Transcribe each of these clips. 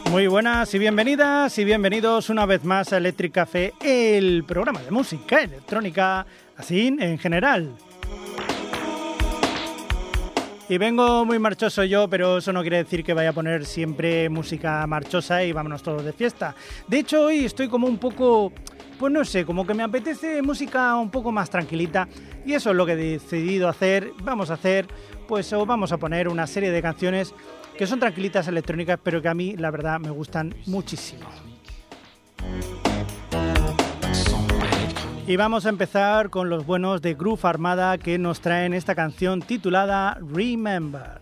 Muy buenas y bienvenidas y bienvenidos una vez más a Electric Café, el programa de música electrónica, así en general. Y vengo muy marchoso yo, pero eso no quiere decir que vaya a poner siempre música marchosa y vámonos todos de fiesta. De hecho, hoy estoy como un poco, pues no sé, como que me apetece música un poco más tranquilita y eso es lo que he decidido hacer. Vamos a poner una serie de canciones que son tranquilitas electrónicas, pero que a mí, la verdad, me gustan muchísimo. Y vamos a empezar con los buenos de Groove Armada, que nos traen esta canción titulada Remember.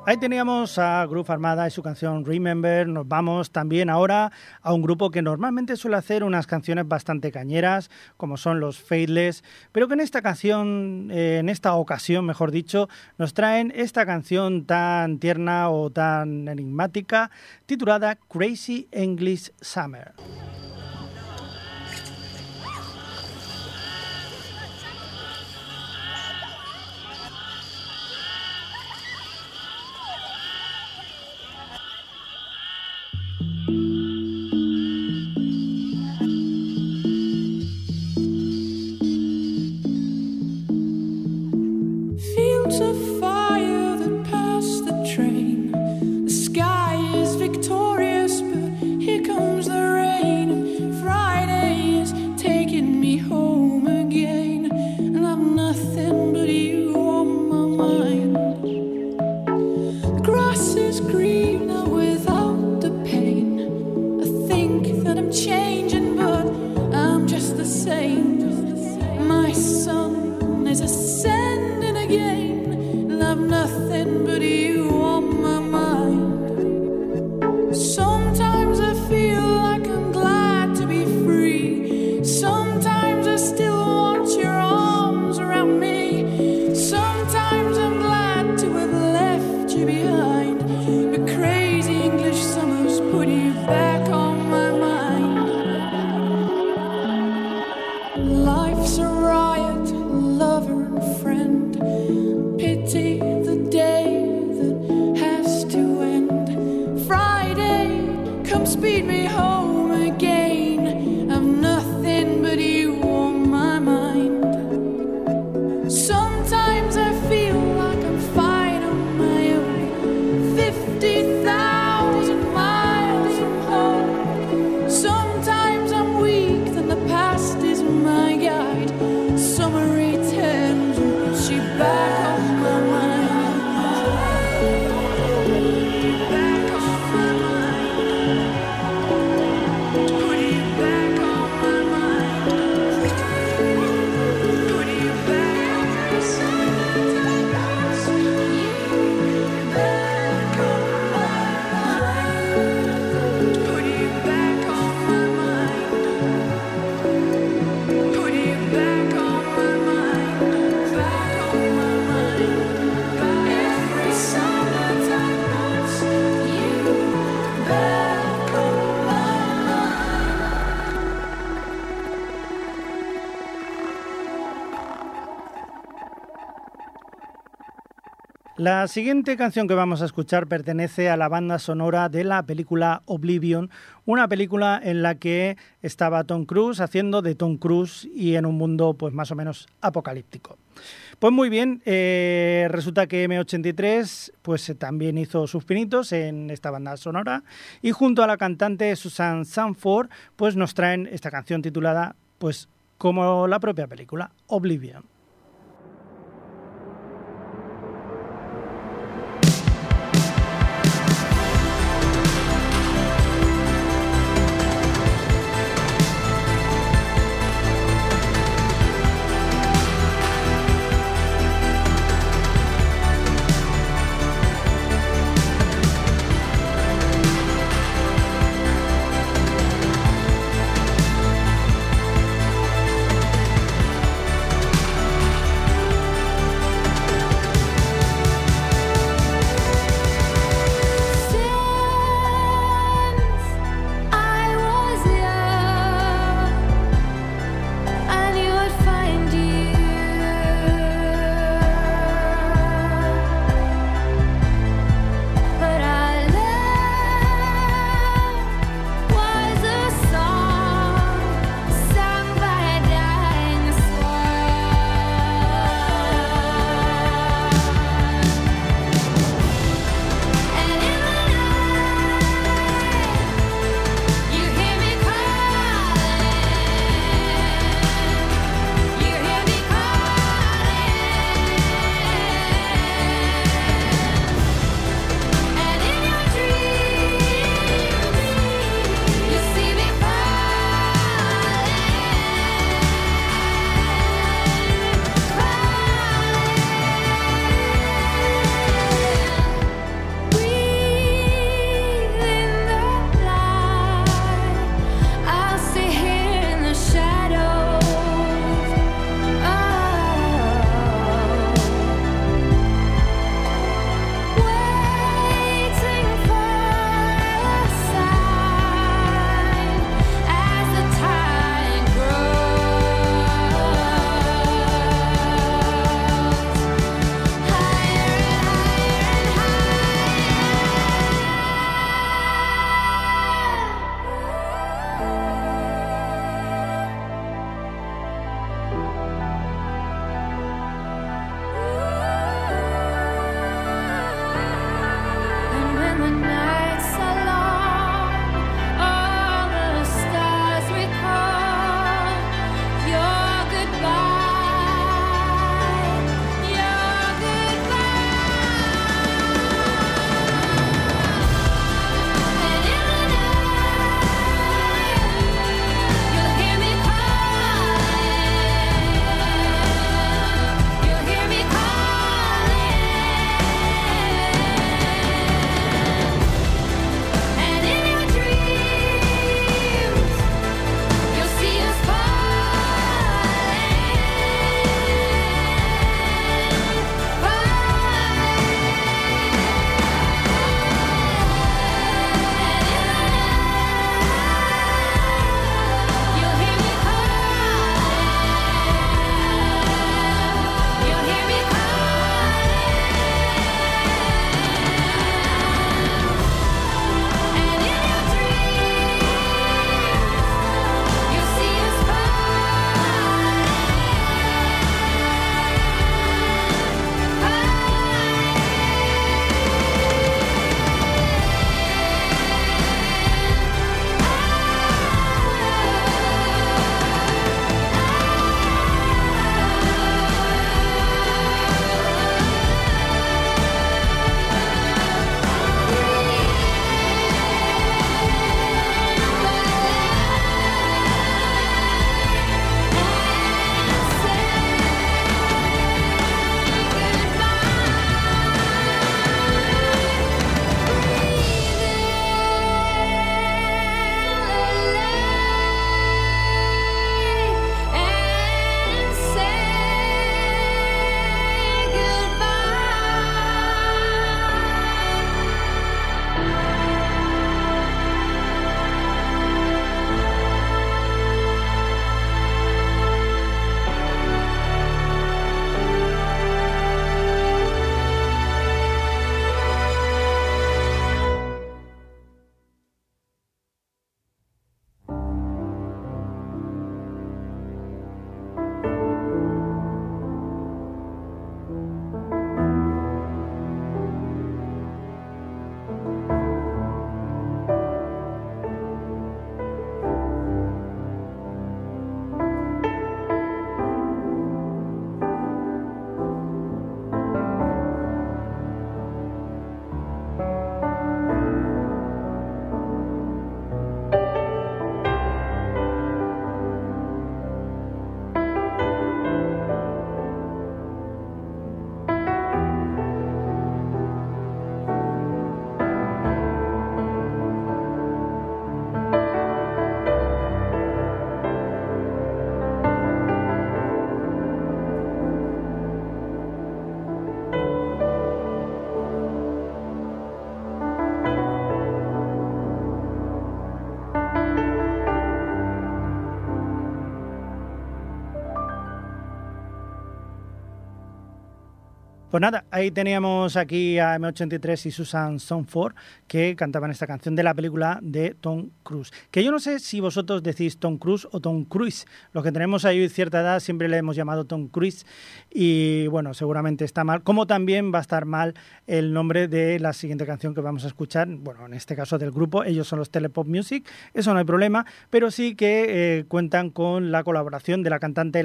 Ahí teníamos a Groove Armada y su canción Remember. Nos vamos también ahora a un grupo que normalmente suele hacer unas canciones bastante cañeras, como son los Faithless, pero que en esta canción, en esta ocasión, mejor dicho, nos traen esta canción tan tierna o tan enigmática, titulada Crazy English Summer. La siguiente canción que vamos a escuchar pertenece a la banda sonora de la película Oblivion, una película en la que estaba Tom Cruise haciendo de Tom Cruise y en un mundo pues más o menos apocalíptico. Pues muy bien, resulta que M83 pues también hizo sus pinitos en esta banda sonora y junto a la cantante Susan Sanford pues nos traen esta canción titulada pues como la propia película, Oblivion. Pues nada, ahí teníamos aquí a M83 y Susan Somford que cantaban esta canción de la película de Tom Cruise. Que yo no sé si vosotros decís Tom Cruise o Tom Cruise. Los que tenemos ahí cierta edad siempre le hemos llamado Tom Cruise y bueno, seguramente está mal. Como también va a estar mal el nombre de la siguiente canción que vamos a escuchar. Bueno, en este caso del grupo, ellos son los Telepop Music, eso no hay problema, pero sí que cuentan con la colaboración de la cantante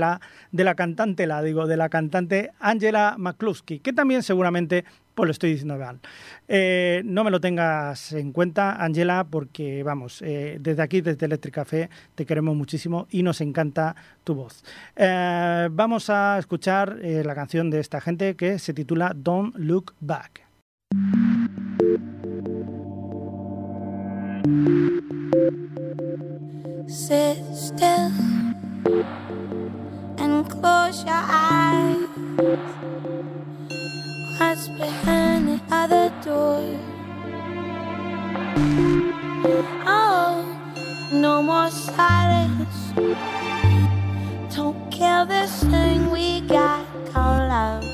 Angela McCluskey, que también seguramente, pues lo estoy diciendo mal. No me lo tengas en cuenta, Angela, porque vamos, desde aquí, desde Electric Café, te queremos muchísimo y nos encanta tu voz. Vamos a escuchar la canción de esta gente que se titula Don't Look Back. Sit still and close your eyes. What's behind the other door? Oh, no more silence. Don't kill this thing we got called love.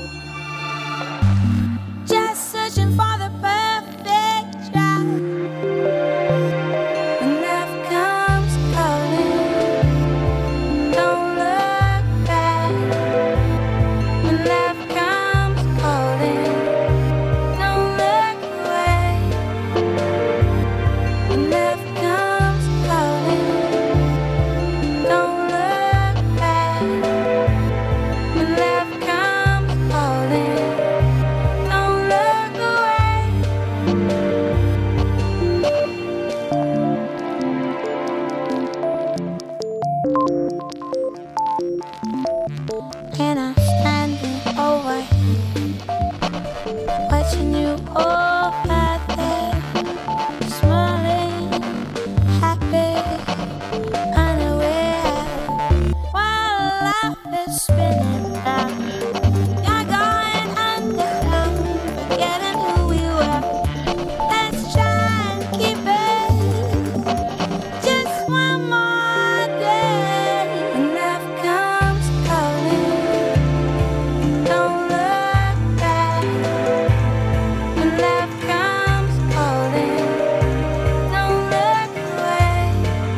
Just searching for the perfect drive. When love comes calling, don't look back. When love comes calling, don't look away. When love comes calling, don't look back. When love comes calling, don't look away. And I'm standing over here, watching you over there, smiling, happy, unaware, while life is spinning round. You're going underground, forgetting who we were. Let's try and keep it just one more day. When love comes calling, don't look back. When love comes calling, don't look away.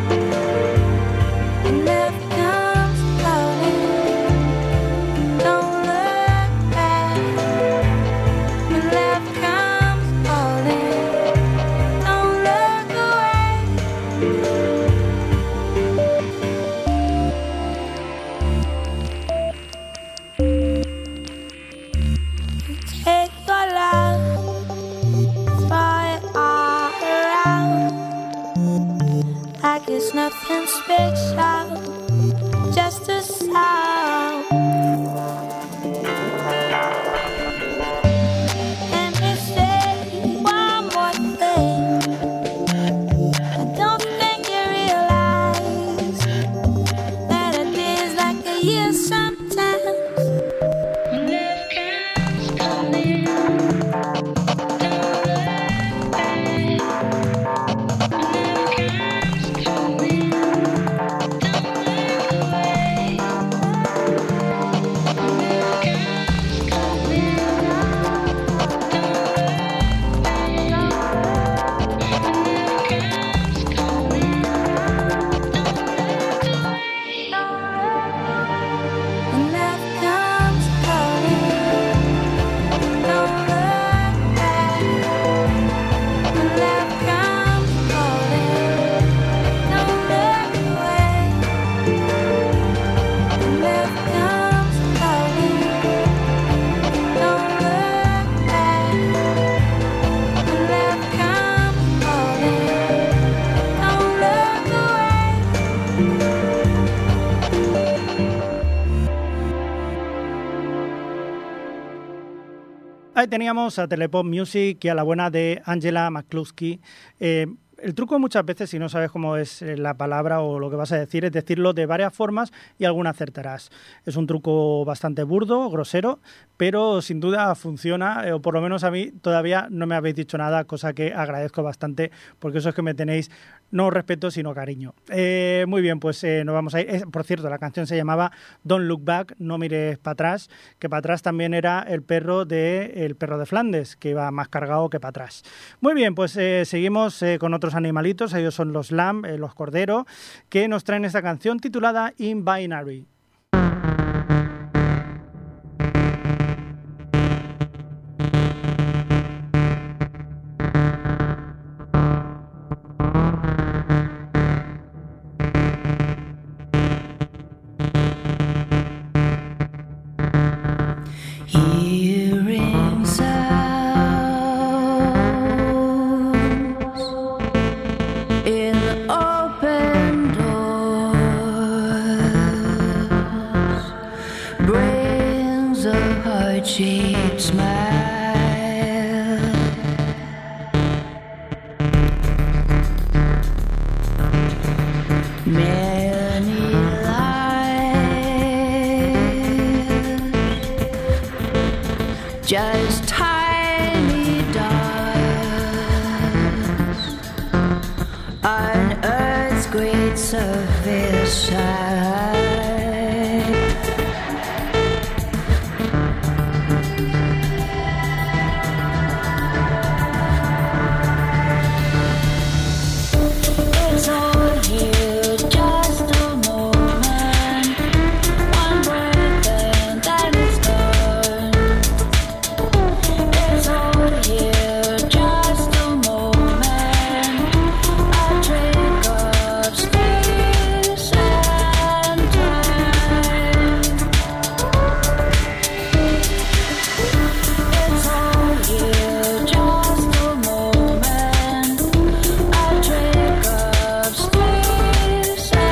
When love comes calling, don't look back. When love comes calling, don't look away. Take your love, throw it all around like it's nothing special, just a sound. Let me say one more thing. I don't think you realize that a day's like a year sometimes. When love comes calling, don't look back. When love comes calling, don't look away. When love comes calling, don't look back. When love comes calling, don't look away. When love comes calling, don't look back. When love comes calling, don't look away. When love comes calling, don't look back. When love comes calling, don't look away. Ahí teníamos a Telepop Music y a la buena de Angela McCluskey. el truco muchas veces, si no sabes cómo es la palabra o lo que vas a decir, es decirlo de varias formas y alguna acertarás. Es un truco bastante burdo, grosero, pero sin duda funciona, o por lo menos a mí todavía no me habéis dicho nada, cosa que agradezco bastante, porque eso es que me tenéis no respeto, sino cariño. Muy bien, pues nos vamos a ir. Por cierto, la canción se llamaba Don't Look Back, no mires para atrás, que para atrás también era el perro de Flandes, que iba más cargado que para atrás. Muy bien, pues seguimos con otros animalitos, ellos son los lamb, los corderos, que nos traen esta canción titulada In Binary. Just tiny dots on Earth's great surface side. It's all here, just a moment, one breath and then it's gone. It's all here, just a moment, a trick of space and time. It's all here, just a moment, a trick of space and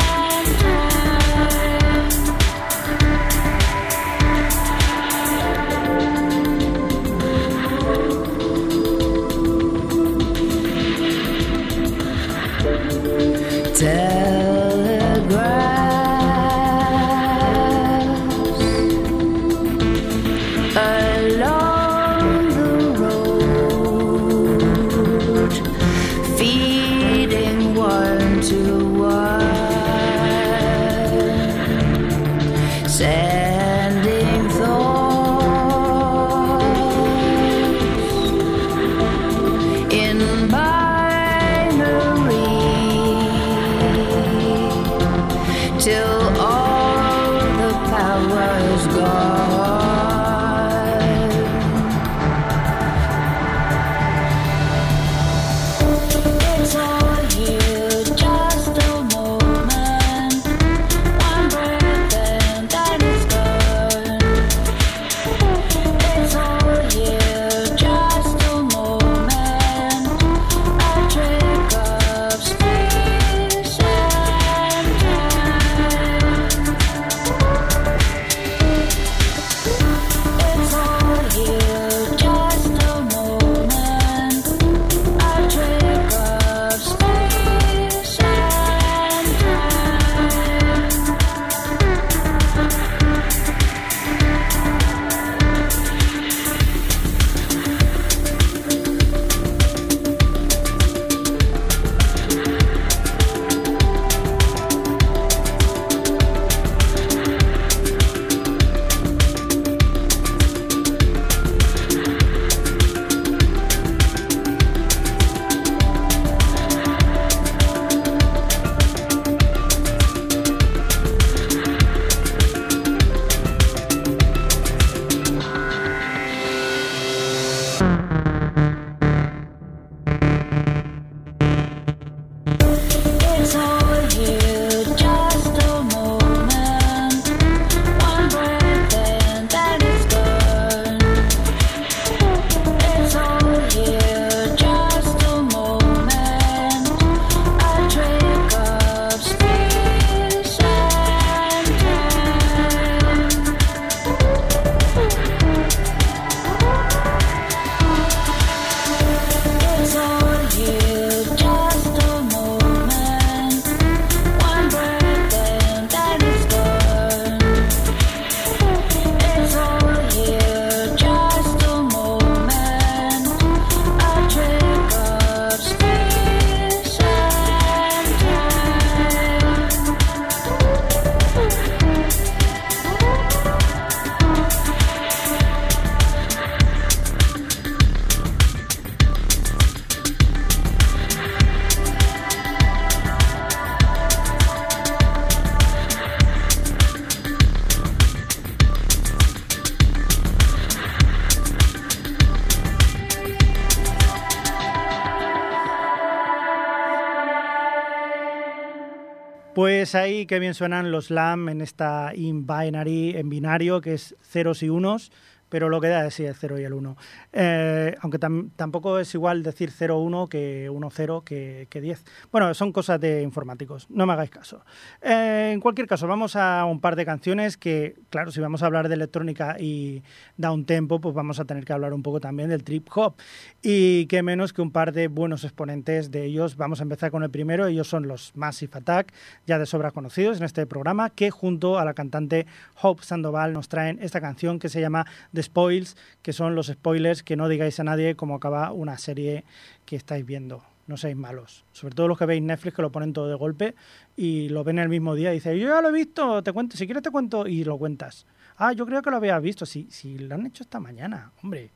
telegraphs along the road, feeding one to one, sending thoughts in binary till all the power's gone. It's all here, just a moment, one breath and then it's gone. It's all here, just a moment, a trick of space and time. Pues ahí qué bien suenan los Lamb en esta in binary, en binario, que es ceros y unos, pero lo que da es sí el 0 y el 1. Aunque tampoco es igual decir 0-1 que 1-0 que 10. Bueno, son cosas de informáticos, no me hagáis caso. En cualquier caso, vamos a un par de canciones que, claro, si vamos a hablar de electrónica y downtempo, pues vamos a tener que hablar un poco también del trip hop. Y qué menos que un par de buenos exponentes de ellos. Vamos a empezar con el primero, ellos son los Massive Attack, ya de sobra conocidos en este programa, que junto a la cantante Hope Sandoval nos traen esta canción que se llama The Spoils, que son los spoilers que no digáis a nadie cómo acaba una serie que estáis viendo. No seáis malos. Sobre todo los que veis Netflix, que lo ponen todo de golpe y lo ven el mismo día y dicen, yo ya lo he visto, te cuento, si quieres te cuento, y lo cuentas. Ah, yo creo que lo habías visto, si lo han hecho esta mañana, hombre.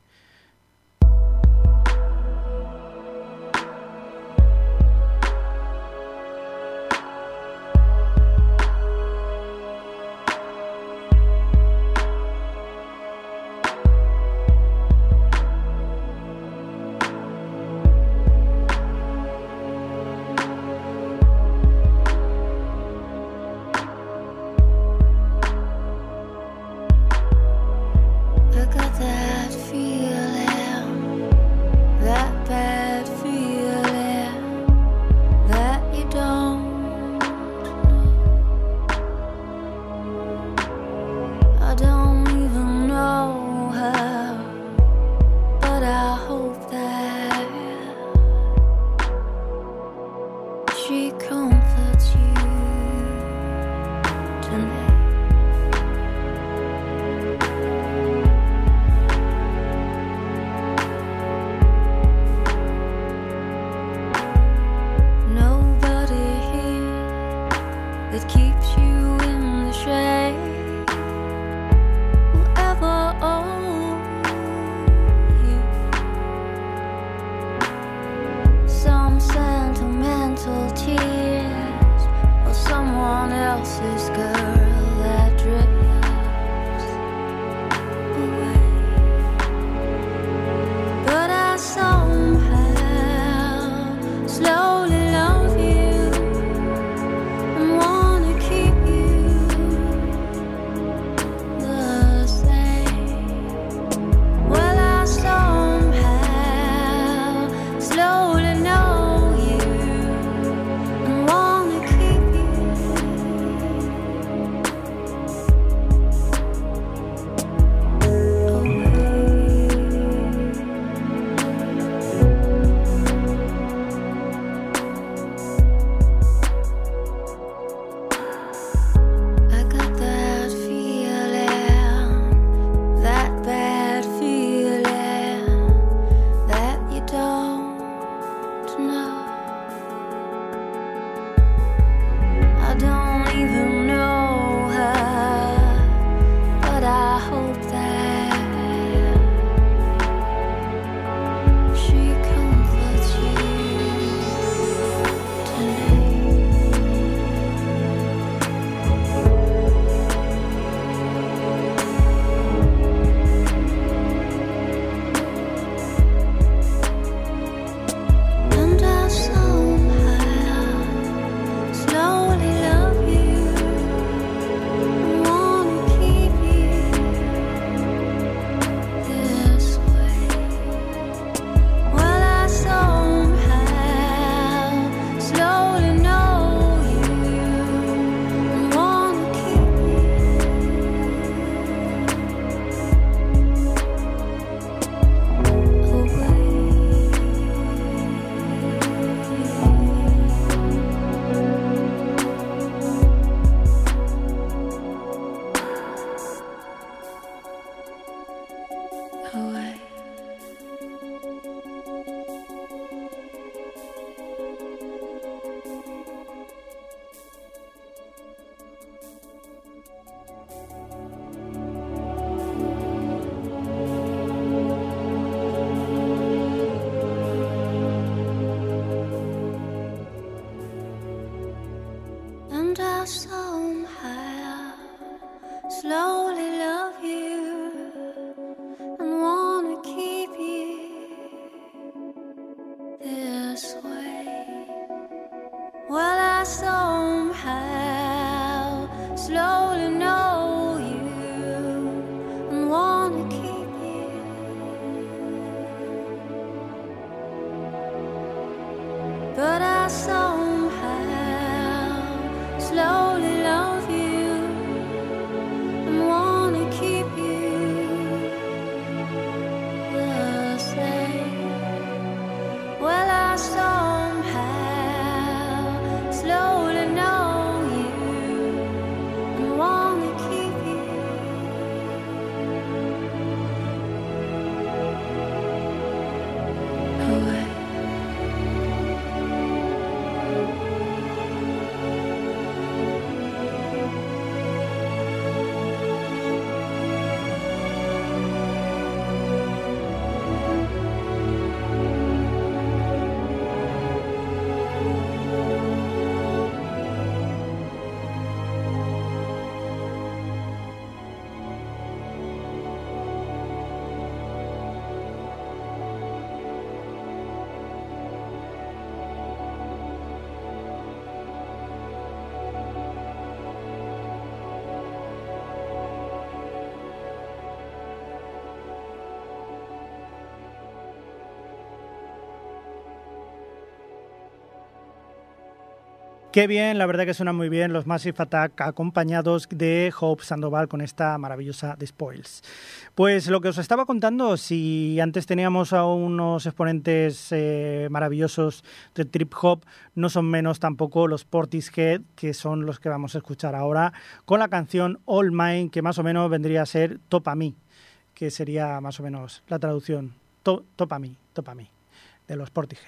I got that feeling, that bad feeling that you don't know. I don't even know her, but I hope that she comforts you tonight. Nobody here that keeps you in the shade will ever own you. Some sentimental tears or someone else's girl that drifts away. But I somehow slowly love you and wanna keep you the same. Well, I somehow slowly know you and wanna keep you I got that feeling, that bad feeling that you don't know. I don't even know her, but I hope that she comforts you tonight. And I somehow slowly love you and wanna keep you this way. Well, I somehow slowly know you and wanna keep you away. And I somehow slowly love you and wanna keep you this way. Well, I somehow Qué bien, la verdad que suena muy bien los Massive Attack acompañados de Hope Sandoval con esta maravillosa The Spoils. Pues lo que os estaba contando, si antes teníamos a unos exponentes maravillosos de trip hop, no son menos tampoco los Portishead, que son los que vamos a escuchar ahora, con la canción All Mine, que más o menos vendría a ser Topa Me, que sería más o menos la traducción, Topa Me, de los Portishead.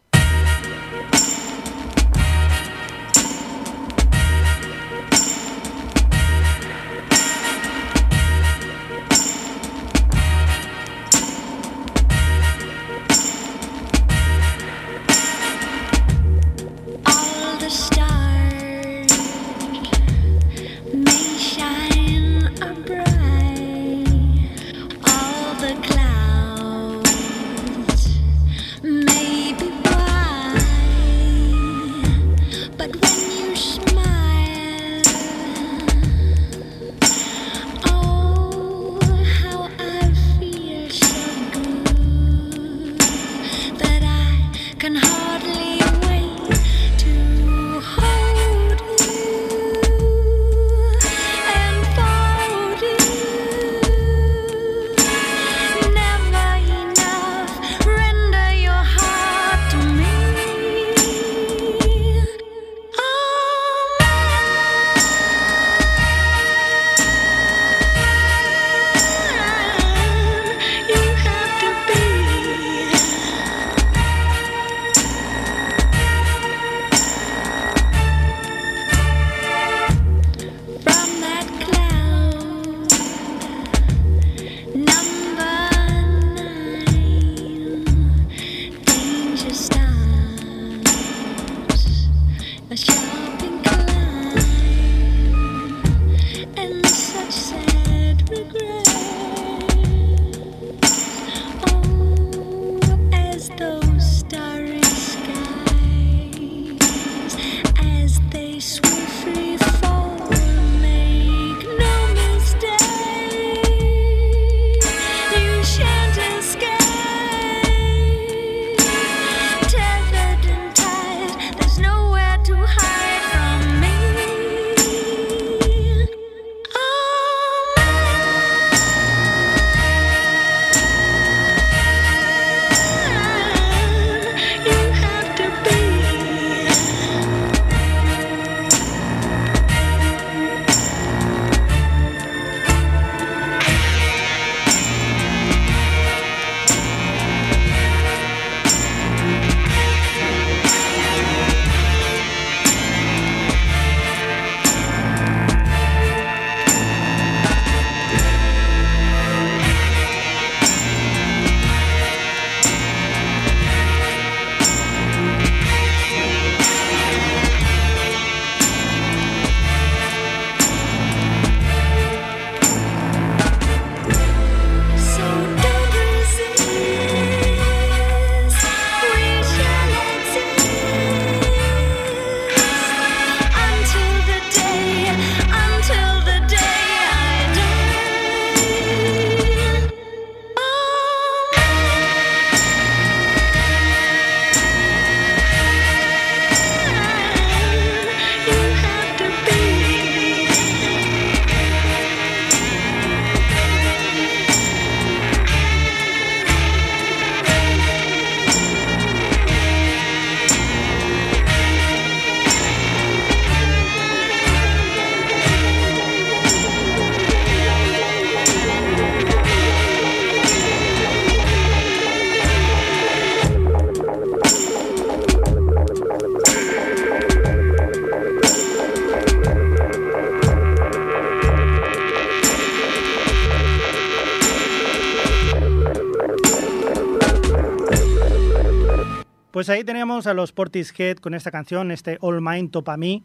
Pues ahí teníamos a los Portishead con esta canción, este All Mine, Topa Me,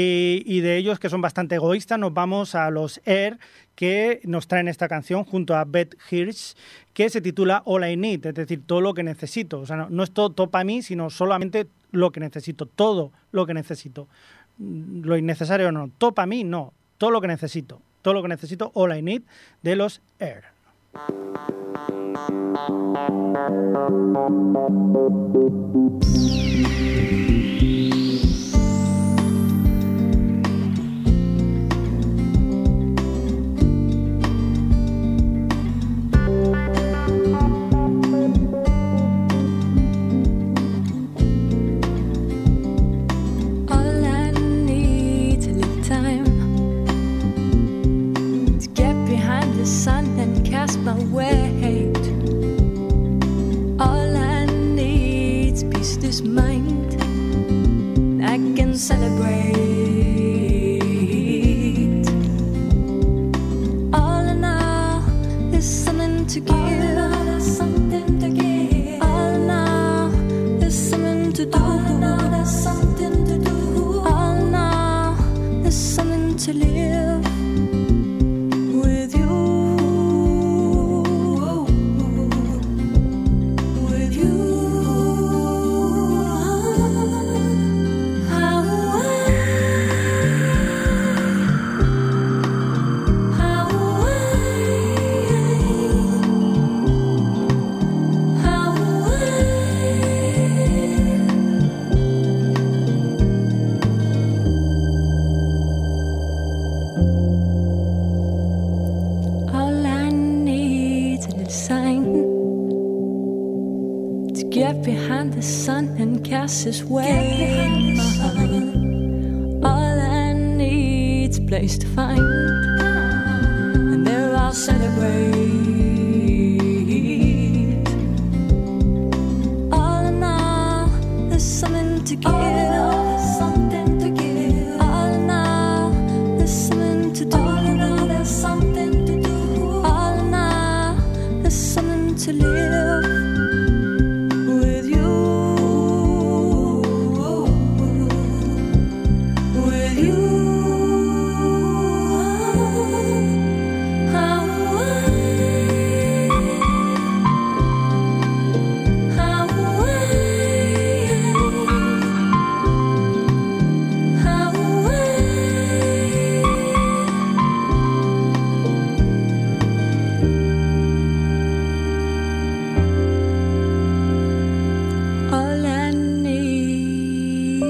y de ellos, que son bastante egoístas, nos vamos a los Air, que nos traen esta canción junto a Beth Hirsch, que se titula All I Need, es decir, todo lo que necesito. O sea, no es todo Topa Me, sino solamente lo que necesito, todo lo que necesito. Lo innecesario no, Topa Me no, todo lo que necesito, All I Need, de los Air. to live with you. With you. How all I need's a little sign to get behind the sun and cast his way. All I need's a place to find, and there I'll celebrate. All in all, there's something to give. Something to give. All in all, there's something to do. All in all, there's something to do. All in all, there's something to live with you. With you. All I need.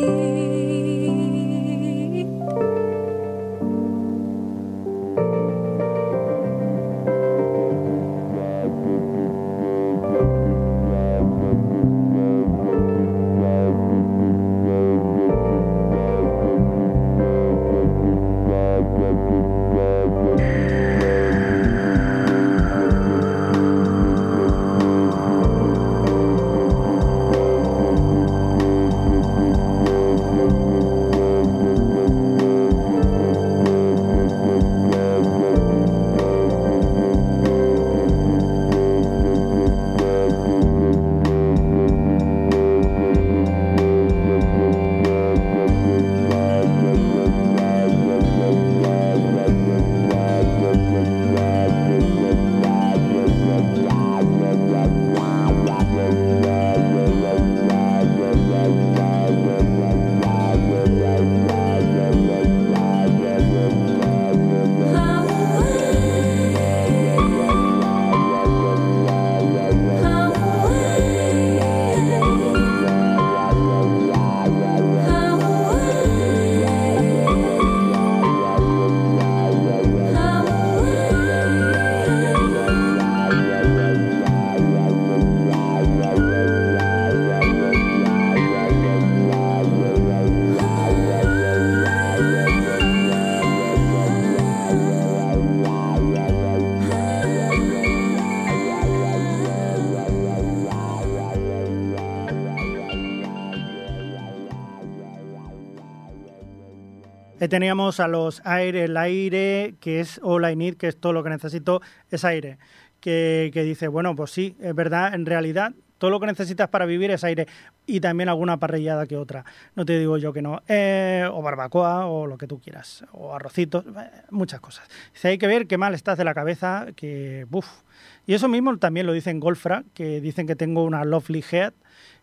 Teníamos a los Aire, el aire, que es all I need, que es todo lo que necesito, es aire. Que dice, bueno, pues sí, es verdad, en realidad todo lo que necesitas para vivir es aire y también alguna parrillada que otra. No te digo yo que no. O barbacoa o lo que tú quieras. O arrocitos, muchas cosas. Dice, hay que ver qué mal estás de la cabeza, que buf. Y eso mismo también lo dicen Golfra, que dicen que tengo una Lovely Head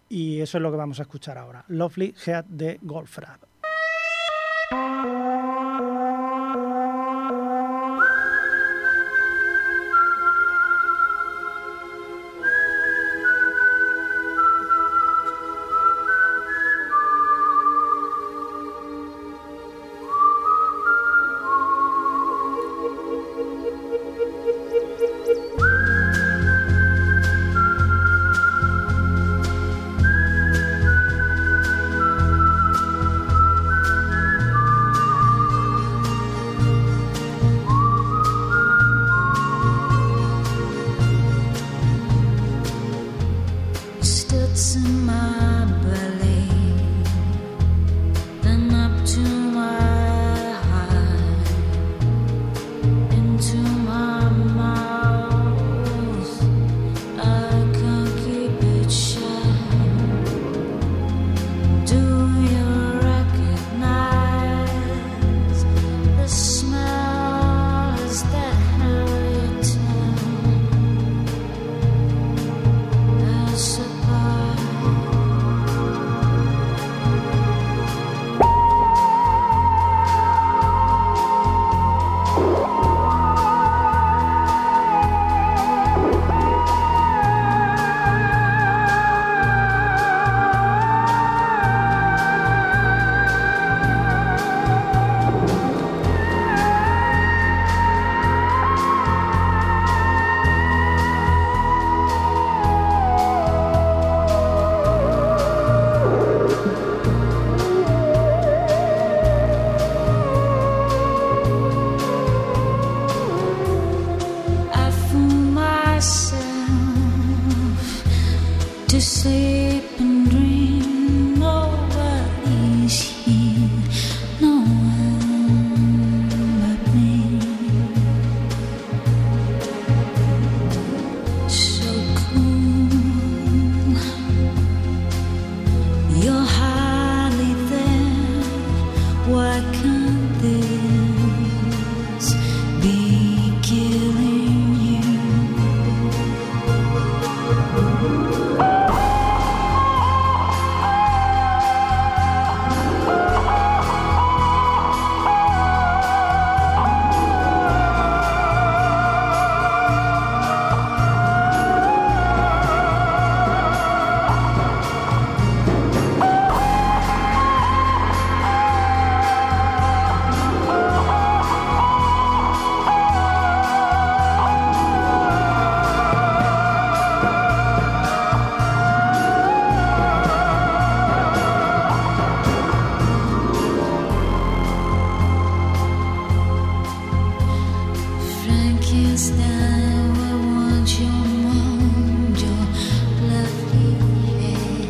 y eso es lo que vamos a escuchar ahora. Lovely Head de Golfra. this time I want your moon, your lovely hair,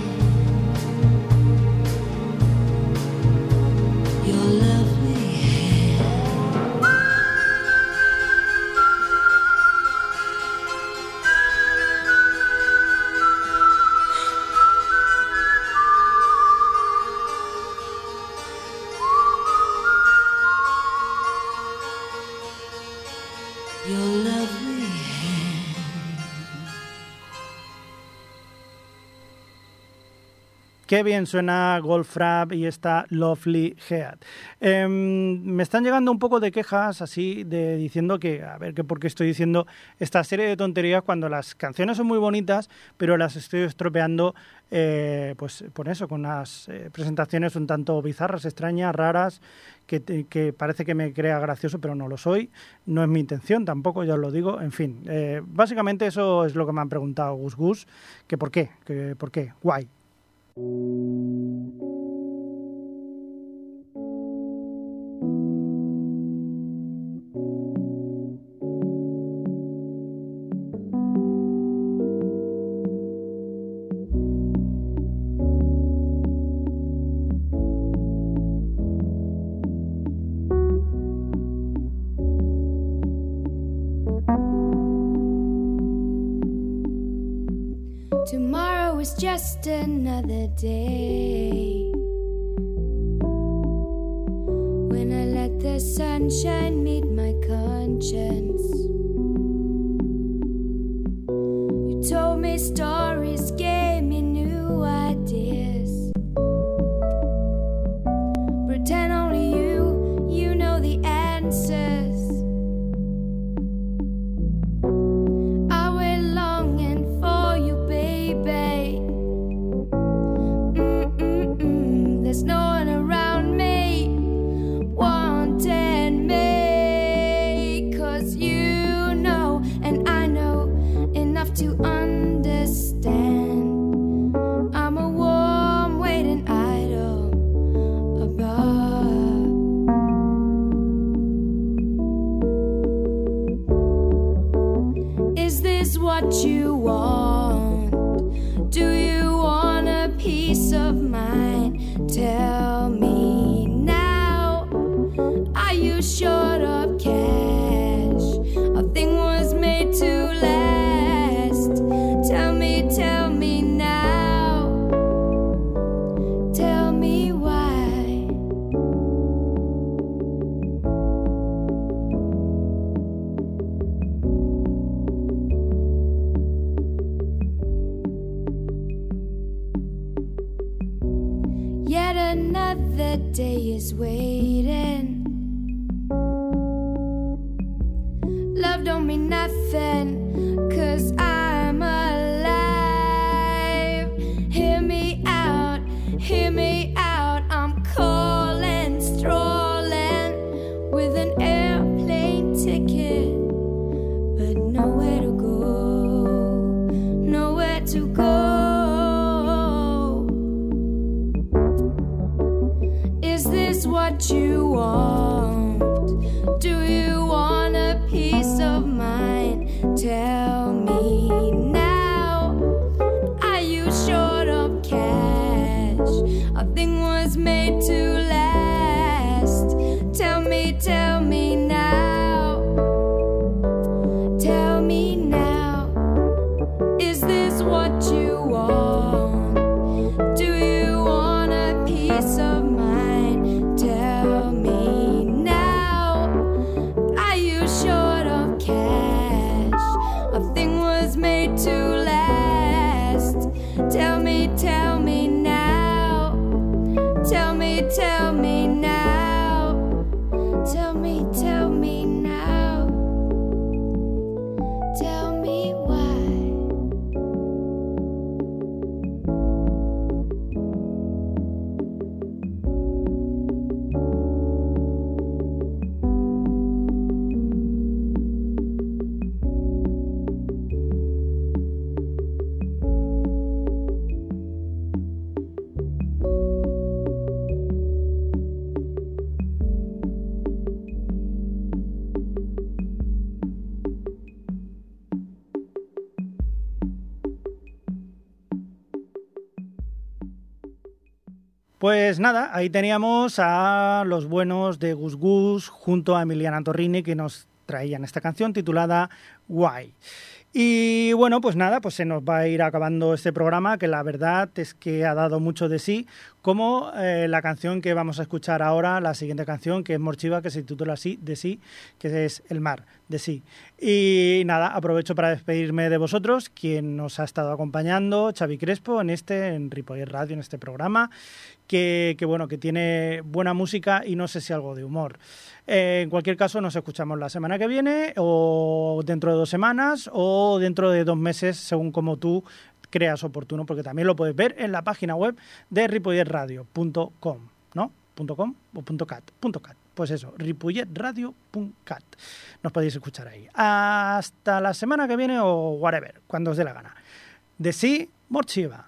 your lovely hair. Your lovely hair. Qué bien suena Goldfrapp y esta Lovely Head. Me están llegando un poco de quejas así, diciendo que, a ver, que por qué estoy diciendo esta serie de tonterías cuando las canciones son muy bonitas, pero las estoy estropeando, pues por eso, con unas presentaciones un tanto bizarras, extrañas, raras, que parece que me crea gracioso, pero no lo soy. No es mi intención tampoco, ya os lo digo. En fin, básicamente eso es lo que me han preguntado Gus Gus, que por qué, why. Tomorrow is just another day when I let the sunshine meet my conscience. You told me stories, gave me new ideas. Pretend only you know the answers. I wait longing for you, baby. There's no one around me wanting me, 'cause you know and I know enough to understand. I'm a warm waiting idol above. Is this what you want? Do you want a peace of mind? Tell me now. Are you short of cash? A thing was made to last. Tell me now. Tell me why. Yet another day is waiting. Love don't mean nothing, 'cause I'm alive. Hear me out, I'm calling, strolling with an airplane ticket, but nowhere to go, nowhere to go. Is this what you want? Do you want a peace of mind? Tell me now. Are you short of cash? A thing was made to last. Tell me now. Tell me now. Is this what you want? Do you want a peace of mind? Tell me now. Are you short of cash? A thing was made to last. Tell me now. Tell me now. Tell me now. Tell me why. Pues nada, ahí teníamos a los buenos de Gus Gus junto a Emiliana Torrini, que nos traían esta canción titulada Why. Y bueno, pues nada, pues se nos va a ir acabando este programa, que la verdad es que ha dado mucho de sí, como la canción que vamos a escuchar ahora, la siguiente canción, que es Morchiva, que se titula así, de sí, que es El mar, de sí. Y nada, aprovecho para despedirme de vosotros, quien nos ha estado acompañando, Xavi Crespo, en Ripollet Radio, en este programa, que bueno, que tiene buena música y no sé si algo de humor. En cualquier caso, nos escuchamos la semana que viene, o dentro de 2 semanas, o dentro de 2 meses, según como tú creas oportuno, porque también lo puedes ver en la página web de ripolletradio.com, ¿no? .com o .cat. Pues eso, ripolletradio.cat. Nos podéis escuchar ahí. Hasta la semana que viene o whatever, cuando os dé la gana. De sí, Morchiva.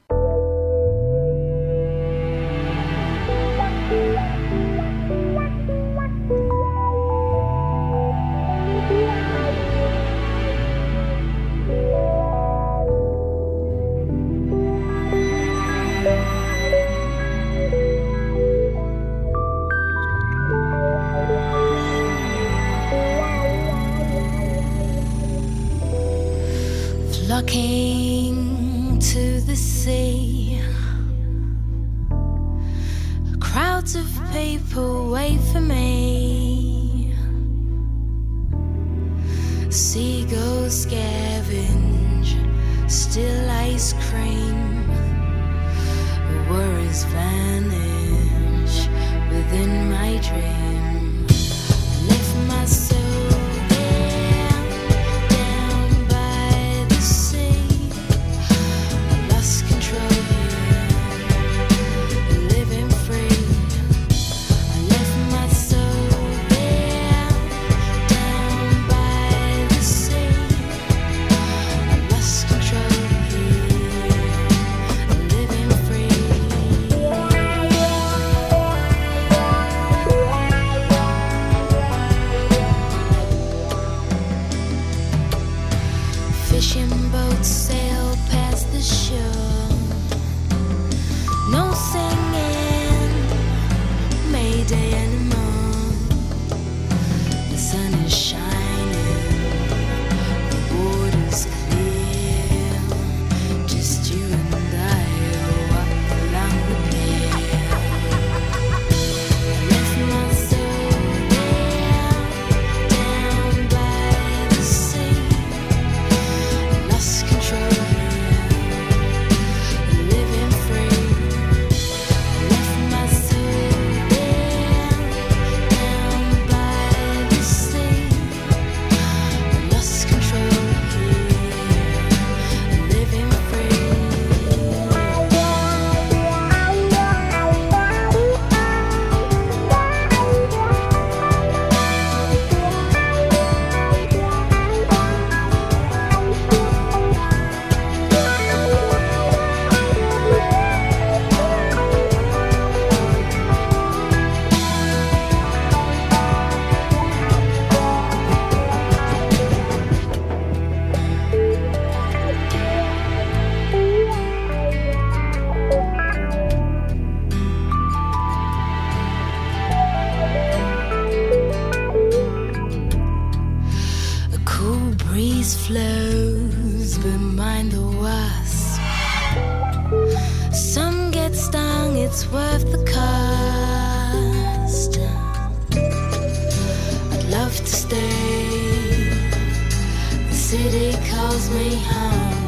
Flocking to the sea, crowds of people wait for me. Seagulls scavenge still ice cream, worries vanish within my dream. I lift my soul flows, but mind the wasp. Some get stung, it's worth the cost. I'd love to stay, the city calls me home.